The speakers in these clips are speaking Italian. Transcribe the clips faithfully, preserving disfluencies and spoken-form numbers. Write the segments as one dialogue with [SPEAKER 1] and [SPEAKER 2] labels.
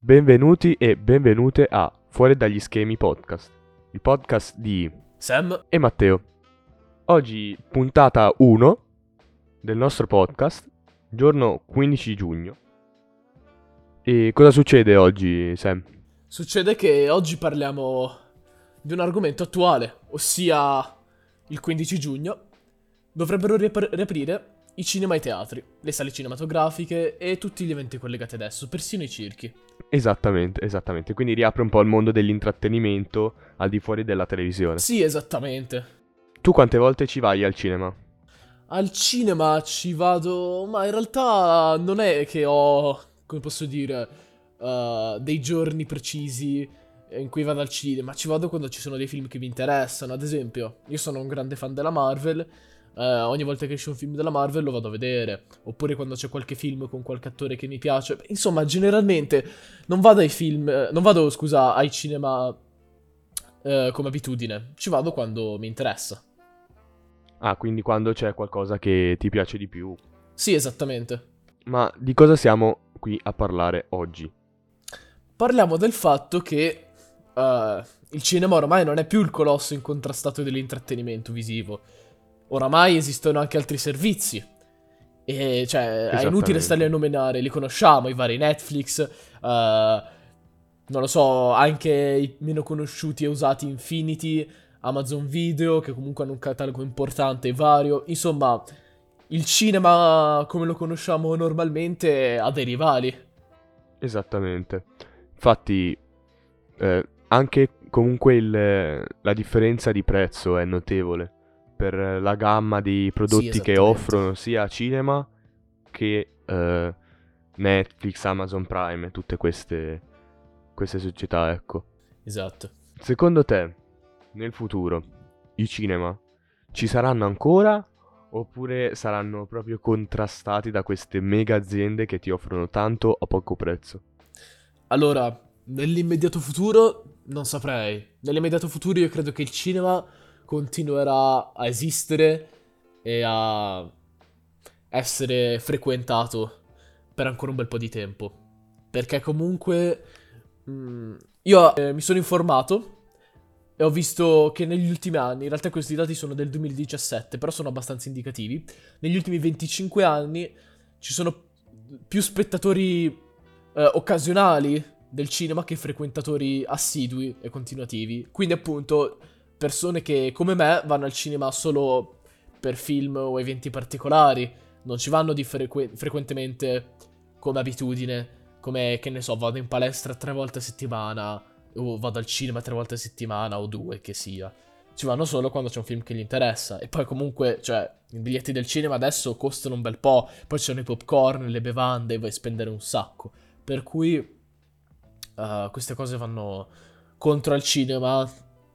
[SPEAKER 1] Benvenuti e benvenute a Fuori dagli schemi podcast, il podcast di
[SPEAKER 2] Sam,
[SPEAKER 1] e Matteo. Oggi puntata uno del nostro podcast, giorno quindici giugno. E cosa succede oggi, Sam?
[SPEAKER 2] succede che oggi parliamo di un argomento attuale, ossia il quindici giugno dovrebbero riap- riaprire i cinema e i teatri, le sale cinematografiche e tutti gli eventi collegati ad esso, persino i circhi.
[SPEAKER 1] Esattamente, esattamente. Quindi riapre un po' il mondo dell'intrattenimento al di fuori della televisione.
[SPEAKER 2] Sì, esattamente.
[SPEAKER 1] Tu quante volte ci vai al cinema?
[SPEAKER 2] Al cinema ci vado, ma in realtà non è che ho, come posso dire, eh, dei giorni precisi in cui vado al cinema. Ci vado quando ci sono dei film che mi interessano. Ad esempio, io sono un grande fan della Marvel. eh, ogni volta che esce un film della Marvel lo vado a vedere. Oppure quando c'è qualche film con qualche attore che mi piace. Beh, Insomma, generalmente non vado ai film, eh, non vado, scusa, ai cinema eh, come abitudine. Ci vado quando mi interessa.
[SPEAKER 1] Ah, quindi quando c'è qualcosa che ti piace di più.
[SPEAKER 2] Sì, esattamente.
[SPEAKER 1] Ma di cosa siamo qui a parlare oggi?
[SPEAKER 2] Parliamo del fatto che eh, il cinema ormai non è più il colosso incontrastato dell'intrattenimento visivo. Oramai esistono anche altri servizi. E cioè, è inutile starli a
[SPEAKER 1] Esattamente.
[SPEAKER 2] nominare, li conosciamo, i vari Netflix, eh, non lo so, anche i meno conosciuti e usati Infinity, Amazon Video, che comunque hanno un catalogo importante e vario. Insomma, il cinema come lo conosciamo normalmente ha dei rivali.
[SPEAKER 1] Esattamente. Infatti, eh, anche comunque il- la differenza di prezzo è notevole per la gamma di
[SPEAKER 2] Sì,
[SPEAKER 1] prodotti che
[SPEAKER 2] esattamente.
[SPEAKER 1] offrono sia cinema che eh, Netflix, Amazon Prime e tutte queste, queste società, ecco.
[SPEAKER 2] Esatto.
[SPEAKER 1] Secondo te, nel futuro, i cinema ci saranno ancora oppure saranno proprio contrastati da queste mega aziende che ti offrono tanto a poco prezzo?
[SPEAKER 2] Allora, nell'immediato futuro non saprei. Nell'immediato futuro io credo che il cinema continuerà a esistere e a essere frequentato per ancora un bel po' di tempo. Perché comunque mm, io eh, mi sono informato e ho visto che negli ultimi anni, in realtà questi dati sono del duemiladiciassette, però sono abbastanza indicativi, negli ultimi venticinque anni ci sono più spettatori eh, occasionali del cinema che frequentatori assidui e continuativi. Quindi appunto persone che come me vanno al cinema solo per film o eventi particolari, non ci vanno di frequ- frequentemente come abitudine, come che ne so, vado in palestra tre volte a settimana o vado al cinema tre volte a settimana o due che sia. Ci vanno solo quando c'è un film che gli interessa. E poi comunque, cioè, i biglietti del cinema adesso costano un bel po'. Poi ci sono i popcorn, le bevande e vai a spendere un sacco. Per cui uh, queste cose vanno contro al cinema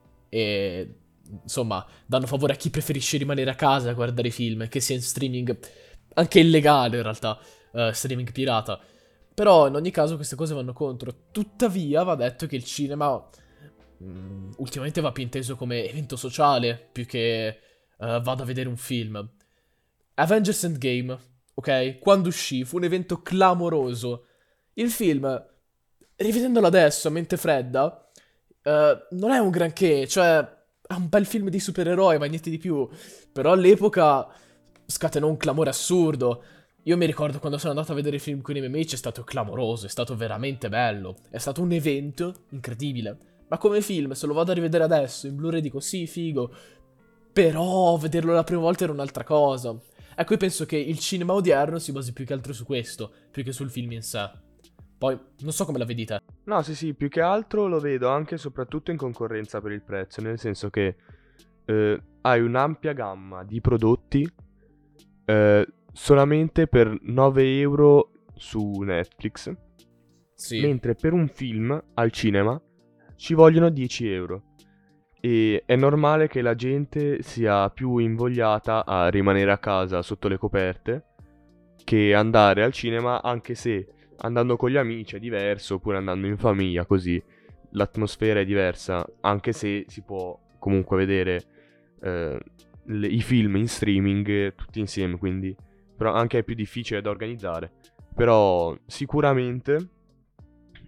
[SPEAKER 2] e insomma danno favore a chi preferisce rimanere a casa a guardare i film, che sia in streaming, anche illegale in realtà, uh, streaming pirata. Però in ogni caso queste cose vanno contro. Tuttavia va detto che il cinema mh, ultimamente va più inteso come evento sociale più che uh, vado a vedere un film. Avengers Endgame, ok? Quando uscì fu un evento clamoroso. Il film, rivedendolo adesso a mente fredda, eh, non è un granché, cioè è un bel film di supereroi, ma niente di più. Però all'epoca scatenò un clamore assurdo. Io mi ricordo quando sono andato a vedere il film con i miei amici, è stato clamoroso, è stato veramente bello. È stato un evento incredibile. Ma come film, se lo vado a rivedere adesso in Blu-ray dico sì, figo. Però vederlo la prima volta era un'altra cosa. Ecco, io penso che il cinema odierno si basi più che altro su questo, più che sul film in sé. Poi, non so come la vedi te.
[SPEAKER 1] No, sì, sì, più che altro lo vedo anche e soprattutto in concorrenza per il prezzo, nel senso che eh, hai un'ampia gamma di prodotti eh, solamente per nove euro su Netflix,
[SPEAKER 2] Sì,
[SPEAKER 1] mentre per un film al cinema ci vogliono dieci euro. E è normale che la gente sia più invogliata a rimanere a casa sotto le coperte che andare al cinema, anche se andando con gli amici è diverso, oppure andando in famiglia, così l'atmosfera è diversa, anche se si può comunque vedere eh, le- i film in streaming eh, tutti insieme, quindi però anche è più difficile da organizzare. Però sicuramente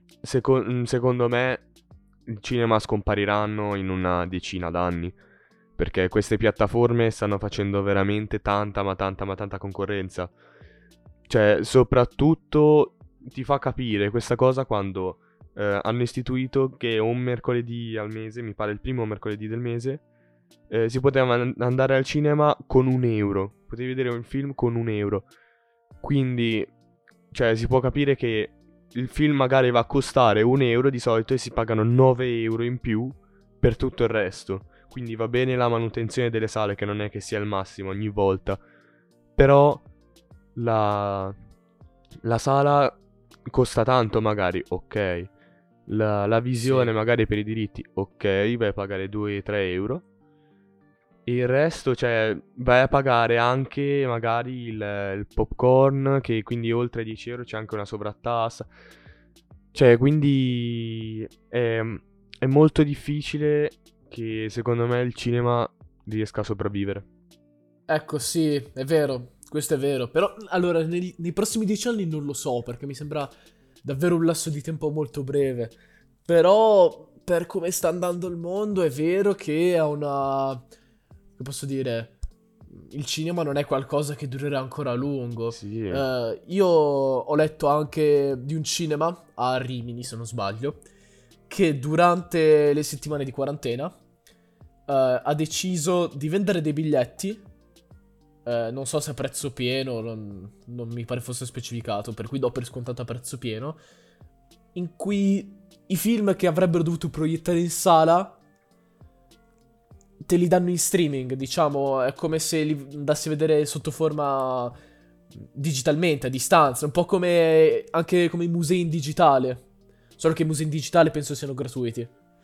[SPEAKER 1] seco- mm, secondo me il cinema scompariranno in una decina d'anni, perché queste piattaforme stanno facendo veramente tanta, ma tanta, ma tanta concorrenza. Cioè, soprattutto ti fa capire questa cosa quando eh, hanno istituito che un mercoledì al mese, mi pare il primo mercoledì del mese, eh, si poteva an- andare al cinema con un euro. Potevi vedere un film con un euro. Quindi, cioè, si può capire che il film magari va a costare un euro di solito e si pagano nove euro in più per tutto il resto. Quindi va bene la manutenzione delle sale, che non è che sia il massimo ogni volta. Però la, la sala costa tanto magari, ok. La, la visione
[SPEAKER 2] Sì.
[SPEAKER 1] magari per i diritti, ok, vai a pagare due tre euro. E il resto, cioè, vai a pagare anche magari il, il popcorn, che quindi oltre ai dieci euro c'è anche una sovrattassa. Cioè, quindi è, è molto difficile che secondo me il cinema riesca a sopravvivere.
[SPEAKER 2] Ecco, sì, è vero, questo è vero. Però, allora, nei, nei prossimi dieci anni non lo so, perché mi sembra davvero un lasso di tempo molto breve. Però, per come sta andando il mondo, è vero che ha una... Che posso dire? Il cinema non è qualcosa che durerà ancora a lungo.
[SPEAKER 1] Sì.
[SPEAKER 2] Eh, io ho letto anche di un cinema a Rimini, se non sbaglio, che durante le settimane di quarantena eh, ha deciso di vendere dei biglietti. Eh, non so se a prezzo pieno, non, non mi pare fosse specificato, per cui do per scontato a prezzo pieno, in cui i film che avrebbero dovuto proiettare in sala te li danno in streaming, diciamo, è come se li andassi a vedere sotto forma digitalmente, a distanza, un po' come anche come i musei in digitale, solo che i musei in digitale penso siano gratuiti.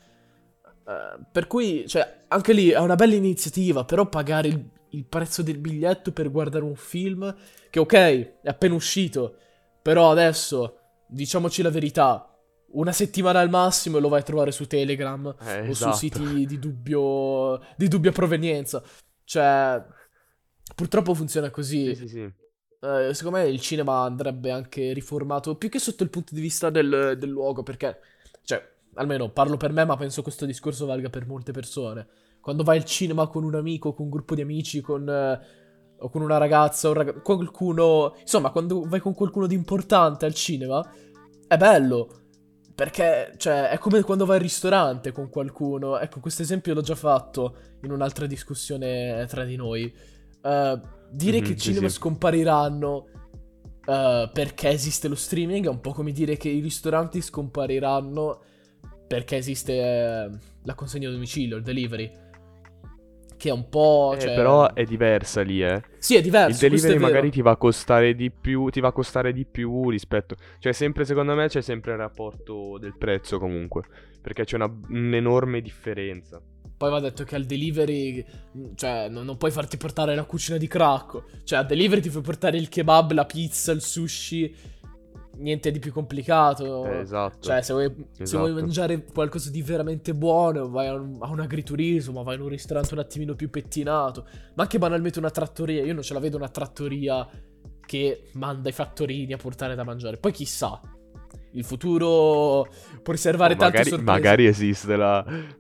[SPEAKER 2] Eh, per cui, cioè, anche lì è una bella iniziativa, però pagare il, il prezzo del biglietto per guardare un film, che ok, è appena uscito, però adesso, diciamoci la verità, una settimana al massimo e lo vai a trovare su Telegram
[SPEAKER 1] Eh,
[SPEAKER 2] o su
[SPEAKER 1] esatto.
[SPEAKER 2] siti di dubbio, di dubbia provenienza. Cioè, purtroppo funziona
[SPEAKER 1] Sì,
[SPEAKER 2] così.
[SPEAKER 1] sì, sì.
[SPEAKER 2] Eh, secondo me il cinema andrebbe anche riformato, più che sotto il punto di vista del, del luogo, perché, cioè, almeno parlo per me, ma penso questo discorso valga per molte persone. Quando vai al cinema con un amico, con un gruppo di amici, con, eh, o con una ragazza, un raga- qualcuno, insomma, quando vai con qualcuno di importante al cinema, è bello. Perché, cioè, è come quando vai al ristorante con qualcuno. Ecco, questo esempio l'ho già fatto in un'altra discussione tra di noi. Eh, dire che i
[SPEAKER 1] Mhm, sì,
[SPEAKER 2] cinema
[SPEAKER 1] sì.
[SPEAKER 2] scompariranno eh, perché esiste lo streaming è un po' come dire che i ristoranti scompariranno perché esiste eh, la consegna a domicilio, il delivery. Che è un po',
[SPEAKER 1] Eh,
[SPEAKER 2] cioè...
[SPEAKER 1] però è diversa lì, eh.
[SPEAKER 2] Sì, è
[SPEAKER 1] Il
[SPEAKER 2] diverso, questo è
[SPEAKER 1] delivery magari
[SPEAKER 2] vero.
[SPEAKER 1] ti va a costare di più, ti va a costare di più rispetto... Cioè, sempre, secondo me, c'è sempre il rapporto del prezzo comunque, perché c'è una, un'enorme differenza.
[SPEAKER 2] Poi va detto che al delivery, cioè, non, non puoi farti portare la cucina di cracco. Cioè, al delivery ti puoi portare il kebab, la pizza, il sushi, niente di più
[SPEAKER 1] Eh,
[SPEAKER 2] complicato.
[SPEAKER 1] esatto,
[SPEAKER 2] Cioè, se vuoi, se vuoi
[SPEAKER 1] esatto.
[SPEAKER 2] mangiare qualcosa di veramente buono, vai a un, a un agriturismo, vai in un ristorante un attimino più pettinato. Ma anche banalmente una trattoria. Io non ce la vedo una trattoria che manda i fattorini a portare da mangiare. Poi chissà, il futuro può
[SPEAKER 1] Oh,
[SPEAKER 2] riservare tante
[SPEAKER 1] magari,
[SPEAKER 2] sorprese.
[SPEAKER 1] magari esiste la...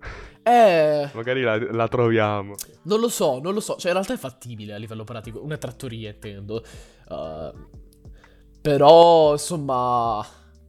[SPEAKER 2] Eh...
[SPEAKER 1] Magari la, la troviamo.
[SPEAKER 2] Non lo so, non lo so. Cioè, in realtà è fattibile a livello pratico. Una trattoria, intendo. Uh, però, insomma,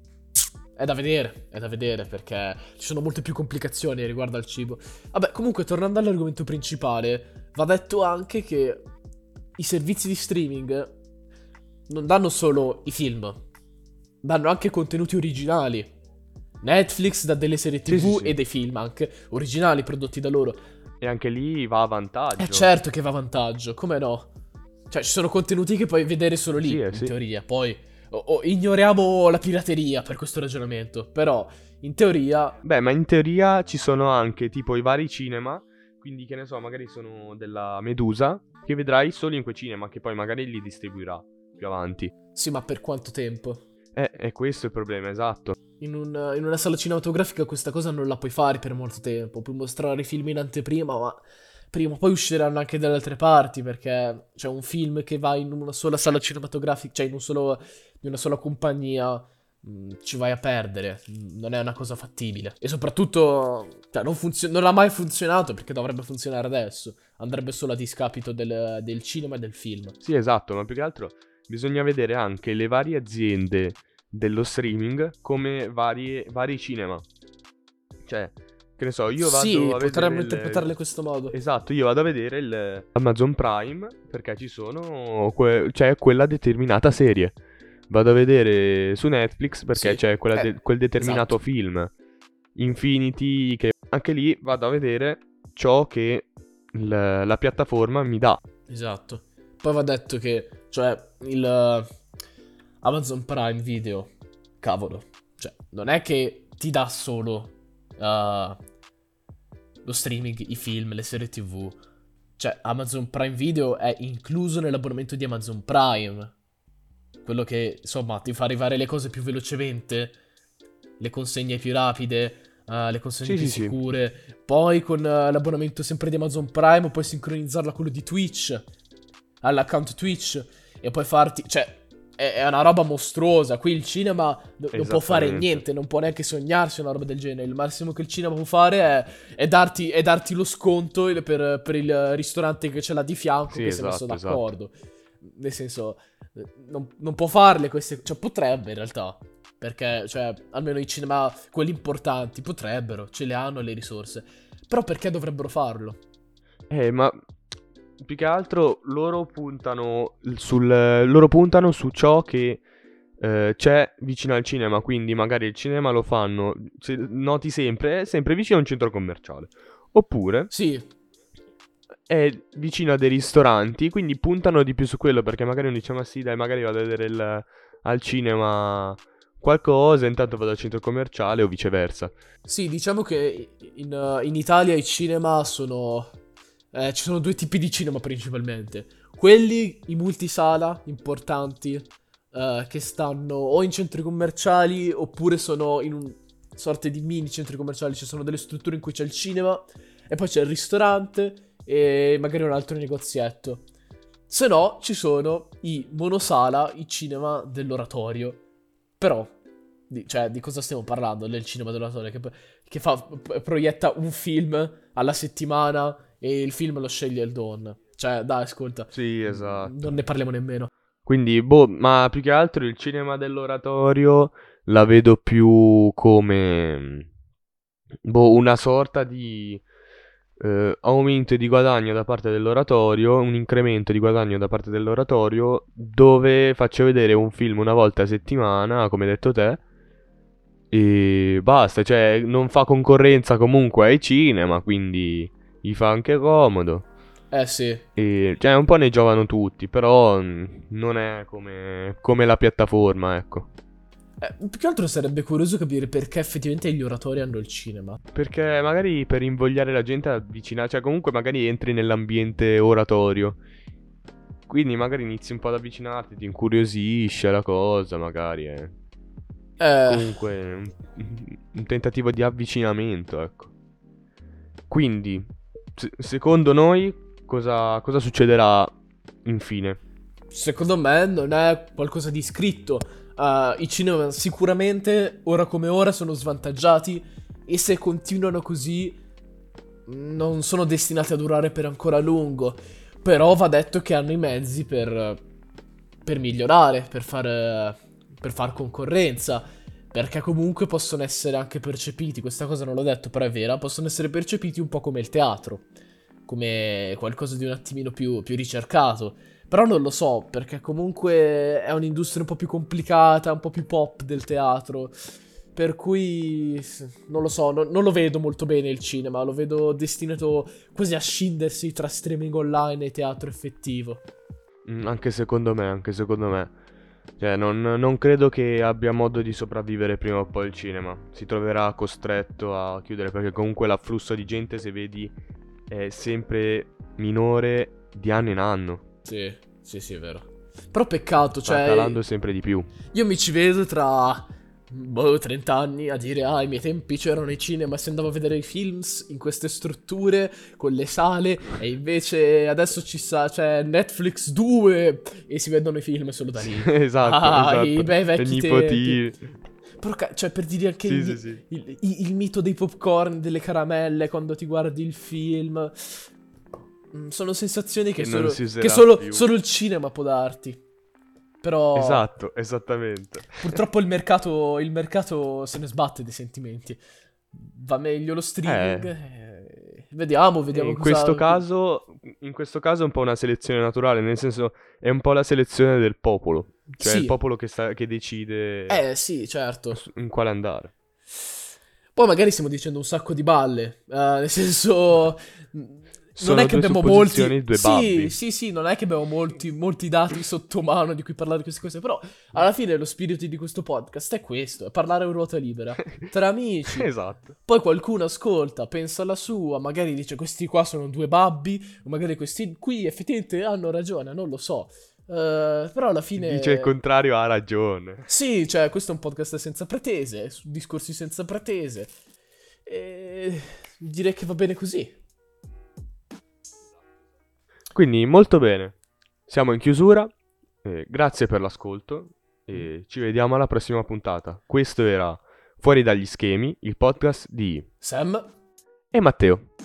[SPEAKER 2] è da vedere. È da vedere perché ci sono molte più complicazioni riguardo al cibo. Vabbè, comunque, tornando all'argomento principale, va detto anche che i servizi di streaming non danno solo i film, danno anche contenuti originali. Netflix dà delle serie
[SPEAKER 1] Sì, sì,
[SPEAKER 2] T V
[SPEAKER 1] sì.
[SPEAKER 2] e dei film anche originali prodotti da loro.
[SPEAKER 1] E anche lì va a
[SPEAKER 2] È
[SPEAKER 1] vantaggio.
[SPEAKER 2] certo che va a vantaggio, come no? Cioè, ci sono contenuti che puoi vedere solo
[SPEAKER 1] Sì,
[SPEAKER 2] lì,
[SPEAKER 1] eh
[SPEAKER 2] in
[SPEAKER 1] sì.
[SPEAKER 2] teoria. Poi o- o ignoriamo la pirateria per questo ragionamento. Però, in teoria,
[SPEAKER 1] Beh, ma in teoria ci sono anche tipo i vari cinema, quindi che ne so, magari sono della Medusa, che vedrai solo in quei cinema, che poi magari li distribuirà più avanti.
[SPEAKER 2] sì, ma per quanto tempo?
[SPEAKER 1] Eh, è questo il problema, esatto.
[SPEAKER 2] In, un- in una sala cinematografica questa cosa non la puoi fare per molto tempo. Puoi mostrare i film in anteprima, ma prima o poi usciranno anche dalle altre parti, perché c'è un film che va in una sola sala cinematografica, cioè in un solo, in una sola compagnia. mh, ci vai a perdere, non è una cosa fattibile. E soprattutto, cioè, non, funzio- non ha mai funzionato perché dovrebbe funzionare adesso. Andrebbe solo a discapito del, del cinema e del film.
[SPEAKER 1] Sì, esatto, ma più che altro bisogna vedere anche le varie aziende dello streaming come varie, vari cinema. Cioè, che ne so, io vado
[SPEAKER 2] Sì,
[SPEAKER 1] a vedere
[SPEAKER 2] potremmo
[SPEAKER 1] il...
[SPEAKER 2] interpretarle in questo modo.
[SPEAKER 1] Esatto, io vado a vedere il Amazon Prime perché ci sono que- c'è quella determinata serie. Vado a vedere su Netflix perché
[SPEAKER 2] Sì,
[SPEAKER 1] c'è quella
[SPEAKER 2] eh,
[SPEAKER 1] de- quel determinato
[SPEAKER 2] esatto.
[SPEAKER 1] film. Infinity, che anche lì vado a vedere ciò che il- la piattaforma mi dà.
[SPEAKER 2] Esatto. Poi va detto che, cioè, il eh, Amazon Prime Video, cavolo, cioè, non è che ti dà solo eh, lo streaming, i film, le serie tivù. Cioè, Amazon Prime Video è incluso nell'abbonamento di Amazon Prime. Quello che, insomma, ti fa arrivare le cose più velocemente, le consegne più rapide, eh, le consegne
[SPEAKER 1] Sì,
[SPEAKER 2] più
[SPEAKER 1] sì, sì.
[SPEAKER 2] sicure. Poi con eh, l'abbonamento sempre di Amazon Prime puoi sincronizzarlo a quello di Twitch, all'account Twitch, e puoi farti... Cioè, è, è una roba mostruosa. Qui il cinema no- non può fare
[SPEAKER 1] Esattamente.
[SPEAKER 2] niente, non può neanche sognarsi una roba del genere. Il massimo che il cinema può fare è, è darti, è darti lo sconto il- per, per il ristorante che ce l'ha di fianco,
[SPEAKER 1] Sì,
[SPEAKER 2] che si è messo
[SPEAKER 1] esatto, esatto.
[SPEAKER 2] d'accordo. Nel senso, eh, non, non può farle queste... Cioè, potrebbe in realtà. Perché, cioè, almeno i cinema, quelli importanti, potrebbero, ce le hanno le risorse. Però perché dovrebbero farlo?
[SPEAKER 1] Eh, ma più che altro loro puntano sul loro puntano su ciò che eh, c'è vicino al cinema, quindi magari il cinema lo fanno, se noti sempre, è sempre vicino a un centro commerciale. Oppure
[SPEAKER 2] Sì,
[SPEAKER 1] è vicino a dei ristoranti, quindi puntano di più su quello perché magari uno dice ma sì, dai, magari vado a vedere il- al cinema qualcosa, intanto vado al centro commerciale o viceversa.
[SPEAKER 2] sì, diciamo che in, eh, in Italia i cinema sono... eh, ci sono due tipi di cinema principalmente. Quelli, i multisala, importanti, eh, che stanno o in centri commerciali oppure sono in un sorte di mini centri commerciali. Ci sono delle strutture in cui c'è il cinema e poi c'è il ristorante e magari un altro negozietto. Se no, ci sono i monosala, i cinema dell'oratorio. Però, di, cioè, di cosa stiamo parlando? Del cinema dell'oratorio che, che fa, p- proietta un film alla settimana e il film lo sceglie il Don. Cioè, dai, ascolta,
[SPEAKER 1] Sì,
[SPEAKER 2] mm,
[SPEAKER 1] esatto.
[SPEAKER 2] non ne parliamo nemmeno.
[SPEAKER 1] Quindi, boh, ma più che altro il cinema dell'oratorio la vedo più come, boh, una sorta di eh, aumento di guadagno da parte dell'oratorio, un incremento di guadagno da parte dell'oratorio, dove faccio vedere un film una volta a settimana, come hai detto te, e basta, cioè non fa concorrenza comunque ai cinema, quindi gli fa anche comodo.
[SPEAKER 2] Eh sì.
[SPEAKER 1] E, cioè, un po' ne giovano tutti, però mm, non è come, come la piattaforma, ecco.
[SPEAKER 2] Eh, più che altro sarebbe curioso capire perché effettivamente gli oratori hanno il cinema.
[SPEAKER 1] Perché magari per invogliare la gente a avvicinare, cioè comunque magari entri nell'ambiente oratorio. Quindi magari inizi un po' ad avvicinarti, ti incuriosisce la cosa, magari è
[SPEAKER 2] Eh,
[SPEAKER 1] comunque un, un tentativo di avvicinamento, ecco. Quindi, se- secondo noi, cosa, cosa succederà infine?
[SPEAKER 2] secondo me non è qualcosa di scritto. Uh, I cinema sicuramente, ora come ora, sono svantaggiati e se continuano così non sono destinati a durare per ancora a lungo. Però va detto che hanno i mezzi per, per migliorare, per far, per far concorrenza. Perché comunque possono essere anche percepiti, questa cosa non l'ho detto, però è vera, possono essere percepiti un po' come il teatro, come qualcosa di un attimino più, più ricercato. Però non lo so, perché comunque è un'industria un po' più complicata, un po' più pop del teatro. Per cui non lo so, non, non lo vedo molto bene il cinema, lo vedo destinato quasi a scindersi tra streaming online e teatro effettivo.
[SPEAKER 1] Mm, anche secondo me, anche secondo me. Cioè, non, non credo che abbia modo di sopravvivere prima o poi il cinema. Si troverà costretto a chiudere perché comunque l'afflusso di gente, se vedi, è sempre minore di anno in anno.
[SPEAKER 2] Sì, sì, sì, è vero. Però peccato,
[SPEAKER 1] Sta
[SPEAKER 2] cioè,
[SPEAKER 1] calando sempre di più.
[SPEAKER 2] io mi ci vedo tra, boh, trenta anni a dire, ah, ai miei tempi c'erano i cinema, si andava a vedere i films in queste strutture, con le sale, e invece adesso ci sa, c'è Netflix due e si vedono i film solo da lì.
[SPEAKER 1] Esatto,
[SPEAKER 2] Ah,
[SPEAKER 1] esatto.
[SPEAKER 2] i bei
[SPEAKER 1] E
[SPEAKER 2] vecchi
[SPEAKER 1] nipotini.
[SPEAKER 2] tempi. Però, ca- cioè, per dire anche
[SPEAKER 1] Sì,
[SPEAKER 2] il,
[SPEAKER 1] sì, sì.
[SPEAKER 2] il- il- il mito dei popcorn, delle caramelle quando ti guardi il film. Mm, Sono sensazioni che,
[SPEAKER 1] Che non
[SPEAKER 2] solo,
[SPEAKER 1] si
[SPEAKER 2] che
[SPEAKER 1] userà
[SPEAKER 2] solo,
[SPEAKER 1] più.
[SPEAKER 2] solo il cinema può darti. Però
[SPEAKER 1] Esatto, esattamente.
[SPEAKER 2] purtroppo il mercato, il mercato se ne sbatte dei sentimenti. Va meglio lo streaming.
[SPEAKER 1] Eh,
[SPEAKER 2] eh, Vediamo,
[SPEAKER 1] e
[SPEAKER 2] vediamo
[SPEAKER 1] in
[SPEAKER 2] cosa...
[SPEAKER 1] questo caso, in questo caso è un po' una selezione naturale, nel senso è un po' la selezione del popolo, cioè è il
[SPEAKER 2] Sì,
[SPEAKER 1] popolo che, sta, che decide
[SPEAKER 2] eh sì, certo.
[SPEAKER 1] su- in quale andare.
[SPEAKER 2] Poi magari stiamo dicendo un sacco di balle, eh, nel senso, mh, non è
[SPEAKER 1] Sono
[SPEAKER 2] che
[SPEAKER 1] due
[SPEAKER 2] abbiamo molti,
[SPEAKER 1] supposizioni, due
[SPEAKER 2] sì,
[SPEAKER 1] babbi.
[SPEAKER 2] sì, sì, non è che abbiamo molti, molti dati sotto mano di cui parlare di queste cose, però alla fine lo spirito di questo podcast è questo, è parlare a ruota libera, tra amici.
[SPEAKER 1] Esatto.
[SPEAKER 2] Poi qualcuno ascolta, pensa alla sua, magari dice questi qua sono due babbi, o magari questi qui effettivamente hanno ragione, non lo so. Eh, però alla
[SPEAKER 1] Chi dice il
[SPEAKER 2] fine...
[SPEAKER 1] contrario ha ragione.
[SPEAKER 2] Sì, cioè, questo è un podcast senza pretese, su- discorsi senza pretese. E direi che va bene così.
[SPEAKER 1] Quindi molto bene, siamo in chiusura, eh, grazie per l'ascolto e ci vediamo alla prossima puntata. Questo era Fuori dagli schemi, il podcast di
[SPEAKER 2] Sam?
[SPEAKER 1] e Matteo.